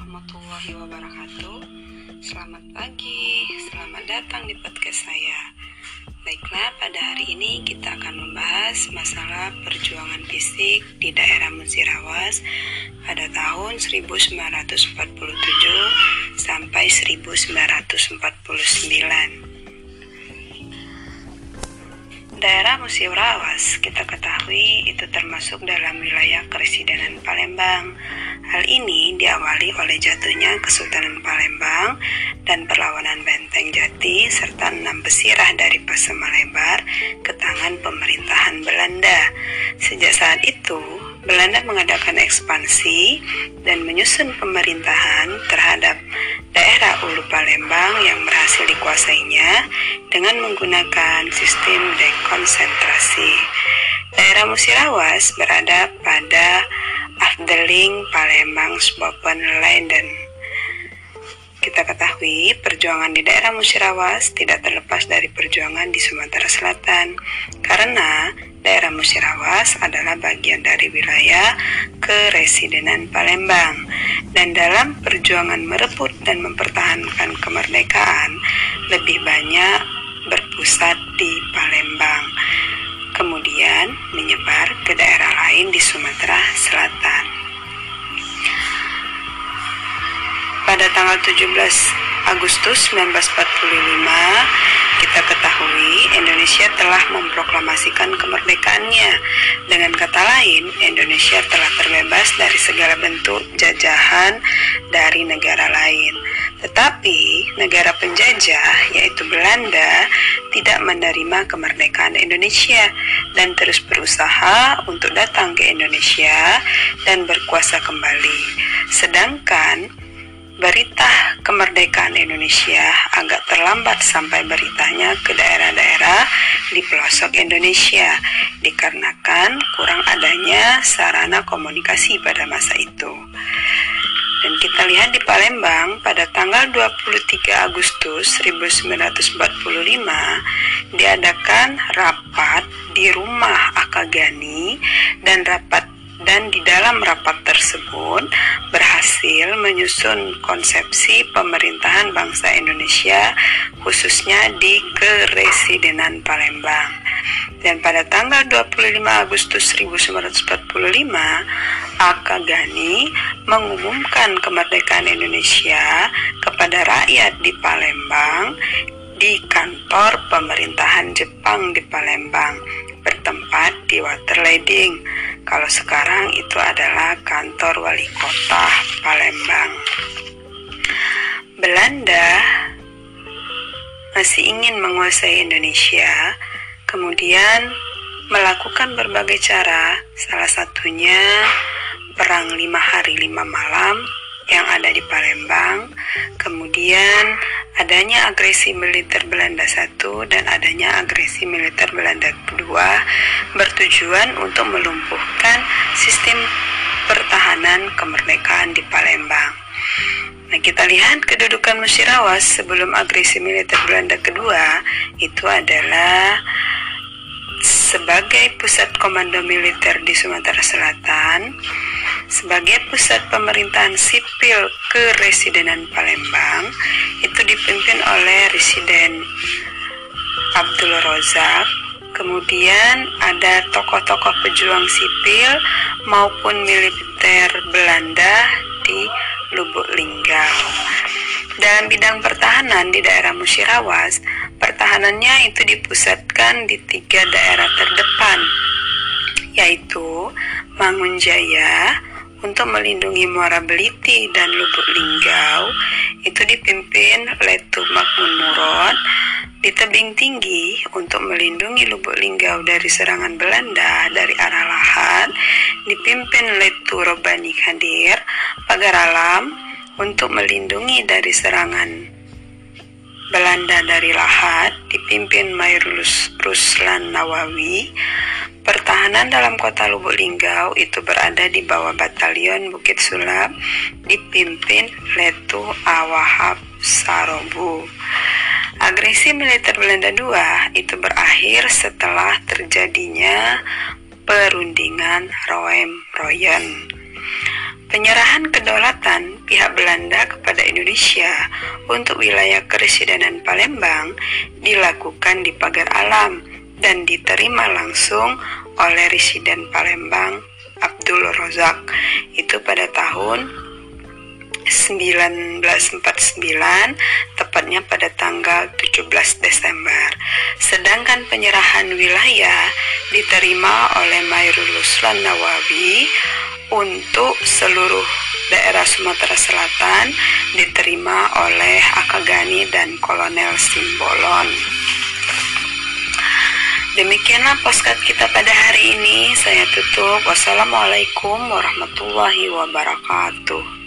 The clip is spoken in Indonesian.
warahmatullahi wabarakatuh. Selamat pagi, selamat datang di podcast saya. Baiklah, pada hari ini kita akan membahas masalah perjuangan fisik di daerah Musirawas pada tahun 1947 sampai 1949. Daerah Musirawas kita ketahui itu termasuk dalam wilayah Keresidenan Palembang. Hal ini diawali oleh jatuhnya Kesultanan Palembang dan perlawanan Benteng Jati serta 6 Besirah dari Pasemalebar ke tangan pemerintahan Belanda. Sejak saat itu, Belanda mengadakan ekspansi dan menyusun pemerintahan terhadap daerah Ulu Palembang yang berhasil dikuasainya dengan menggunakan sistem dekonsentrasi. Daerah Musirawas berada pada Afdeling Palembang Spopenlanden. Kita ketahui perjuangan di daerah Musirawas tidak terlepas dari perjuangan di Sumatera Selatan, karena daerah Musirawas adalah bagian dari wilayah Keresidenan Palembang, dan dalam perjuangan merebut dan mempertahankan kemerdekaan lebih banyak berpusat di Palembang, kemudian menyebar ke daerah lain di Sumatera Selatan. Pada tanggal 17 Agustus 1945, kita ketahui Indonesia telah memproklamasikan kemerdekaannya. Dengan kata lain, Indonesia telah terbebas dari segala bentuk jajahan dari negara lain. Tetapi negara penjajah, yaitu Belanda, tidak menerima kemerdekaan Indonesia dan terus berusaha untuk datang ke Indonesia dan berkuasa kembali. Sedangkan berita kemerdekaan Indonesia agak terlambat sampai beritanya ke daerah-daerah di pelosok Indonesia dikarenakan kurang adanya sarana komunikasi pada masa itu. Dan kita lihat di Palembang pada tanggal 23 Agustus 1945 diadakan rapat di rumah Akagani dan di dalam rapat tersebut berhasil menyusun konsepsi pemerintahan bangsa Indonesia khususnya di Keresidenan Palembang. Dan pada tanggal 25 Agustus 1945, Akagani mengumumkan kemerdekaan Indonesia kepada rakyat di Palembang di kantor pemerintahan Jepang di Palembang, bertempat di Waterleding. Kalau sekarang itu adalah kantor wali kota Palembang. Belanda masih ingin menguasai Indonesia, kemudian melakukan berbagai cara, salah satunya perang 5 hari 5 malam yang ada di Palembang, kemudian adanya agresi militer Belanda 1 dan adanya agresi militer Belanda 2 bertujuan untuk melumpuhkan sistem pertahanan kemerdekaan di Palembang. Nah, kita lihat kedudukan Musirawas sebelum agresi militer Belanda kedua itu adalah sebagai pusat komando militer di Sumatera Selatan, sebagai pusat pemerintahan sipil Keresidenan Palembang, itu dipimpin oleh Residen Abdul Razak. Kemudian ada tokoh-tokoh pejuang sipil maupun militer Belanda di Lubuk Linggau. Dalam bidang pertahanan di daerah Musirawas, pertahanannya itu dipusatkan di 3 daerah terdepan, yaitu Mangunjaya untuk melindungi Muara Beliti dan Lubuk Linggau, itu dipimpin Letu Makmun Murad. Di Tebing Tinggi untuk melindungi Lubuk Linggau dari serangan Belanda dari arah Lahat, dipimpin Letu Robani Khadir. Pagar Alam untuk melindungi dari serangan Belanda dari Lahat, dipimpin Mayrulus Ruslan Nawawi. Pertahanan dalam kota Lubuk Linggau itu berada di bawah Batalion Bukit Sulap, dipimpin Letu Awahab Sarobu. Agresi militer Belanda II itu berakhir setelah terjadinya perundingan Roem-Royen. Penyerahan kedaulatan pihak Belanda kepada Indonesia untuk wilayah Keresidenan Palembang dilakukan di Pagar Alam dan diterima langsung oleh Residen Palembang Abdul Razak itu pada tahun 1949, tepatnya pada tanggal 17 Desember. Sedangkan penyerahan wilayah diterima oleh Mayorul Ruslan Nawawi untuk seluruh daerah Sumatera Selatan diterima oleh Akagani dan Kolonel Simbolon. Demikianlah postcard kita pada hari ini. Saya tutup. Wassalamualaikum warahmatullahi wabarakatuh.